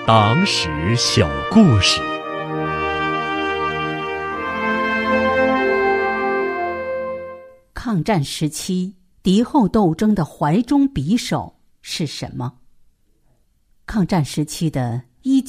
党史小故事。 抗战时期敌后斗争的怀中匕首是什么？抗战时期的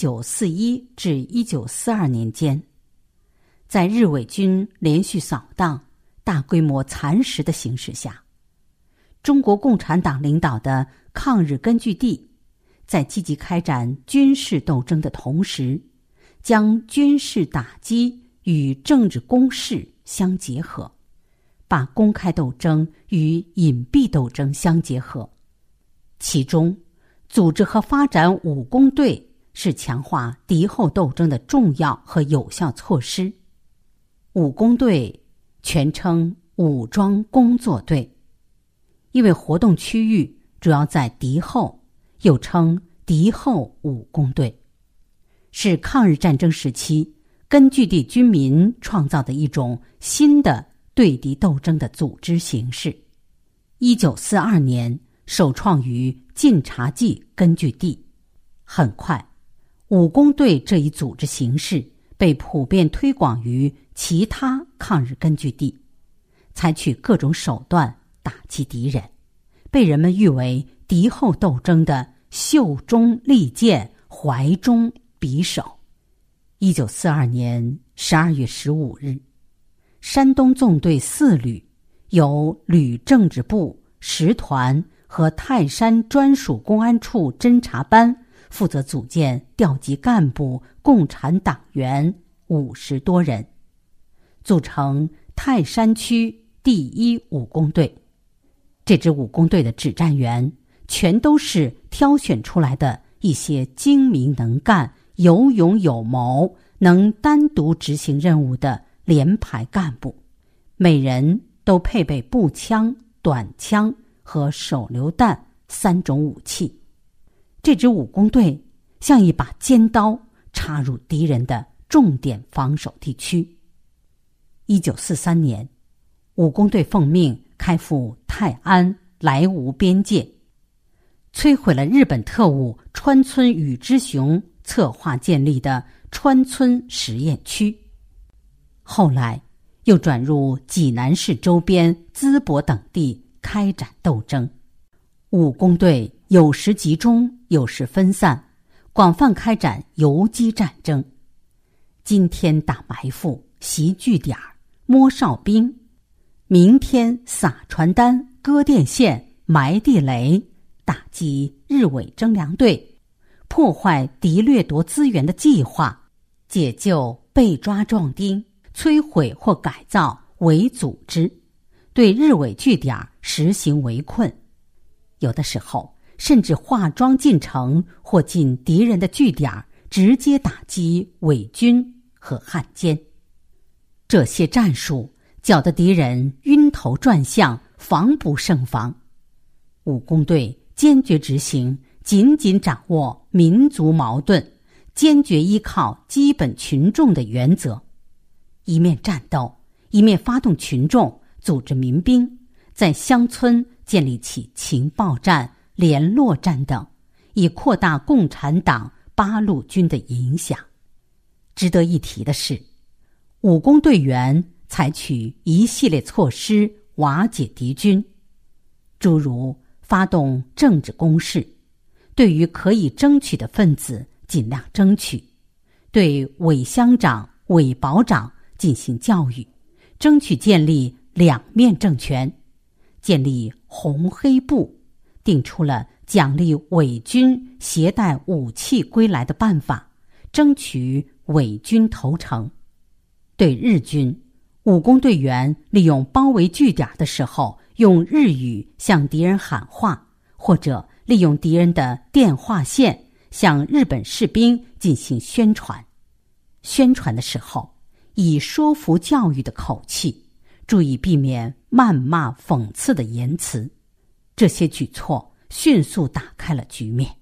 1941至1942年间，在日伪军连续扫荡、大规模蚕食的形势下，中国共产党领导的抗日根据地在积极开展军事斗争的同时，将军事打击与政治攻势相结合，把公开斗争与隐蔽斗争相结合。其中，组织和发展武工队是强化敌后斗争的重要和有效措施。武工队全称武装工作队，因为活动区域主要在敌后，又称敌后武工队，是抗日战争时期根据地军民创造的一种新的对敌斗争的组织形式。1942年首创于晋察冀根据地，很快武工队这一组织形式被普遍推广于其他抗日根据地，采取各种手段打击敌人，被人们誉为敌后斗争的袖中利剑，怀中匕首。1942年12月15日，山东纵队4旅由旅政治部、10团和泰山专属公安处侦察班负责组建调集干部共产党员50多人，组成泰山区第1武工队。这支武工队的指战员全都是挑选出来的一些精明能干、有勇有谋、能单独执行任务的连排干部，每人都配备步枪、短枪和手榴弹3种武器。这支武工队像一把尖刀插入敌人的重点防守地区。1943年，武工队奉命开赴泰安、莱芜边界，摧毁了日本特务川村宇之雄策划建立的川村实验区。后来又转入济南市周边淄博等地开展斗争。武工队有时集中，有时分散，广泛开展游击战争。今天打埋伏、袭据点、摸哨兵，明天撒传单、割电线、埋地雷，打击日伪征粮队，破坏敌掠夺资源的计划，解救被抓壮丁，摧毁或改造伪组织，对日伪据点实行围困，有的时候甚至化妆进城或进敌人的据点，直接打击伪军和汉奸。这些战术搅得敌人晕头转向，防不胜防。武工队坚决执行紧紧掌握民族矛盾、坚决依靠基本群众的原则，一面战斗，一面发动群众，组织民兵，在乡村建立起情报站、联络站等，以扩大共产党八路军的影响。值得一提的是，武工队员采取一系列措施瓦解敌军，诸如发动政治攻势，对于可以争取的分子尽量争取，对伪乡长、伪保长进行教育，争取建立两面政权，建立红黑部，定出了奖励伪军携带武器归来的办法，争取伪军投诚。对日军，武工队员利用包围据点的时候，用日语向敌人喊话，或者利用敌人的电话线向日本士兵进行宣传。宣传的时候，以说服教育的口气，注意避免谩骂讽刺的言辞。这些举措迅速打开了局面。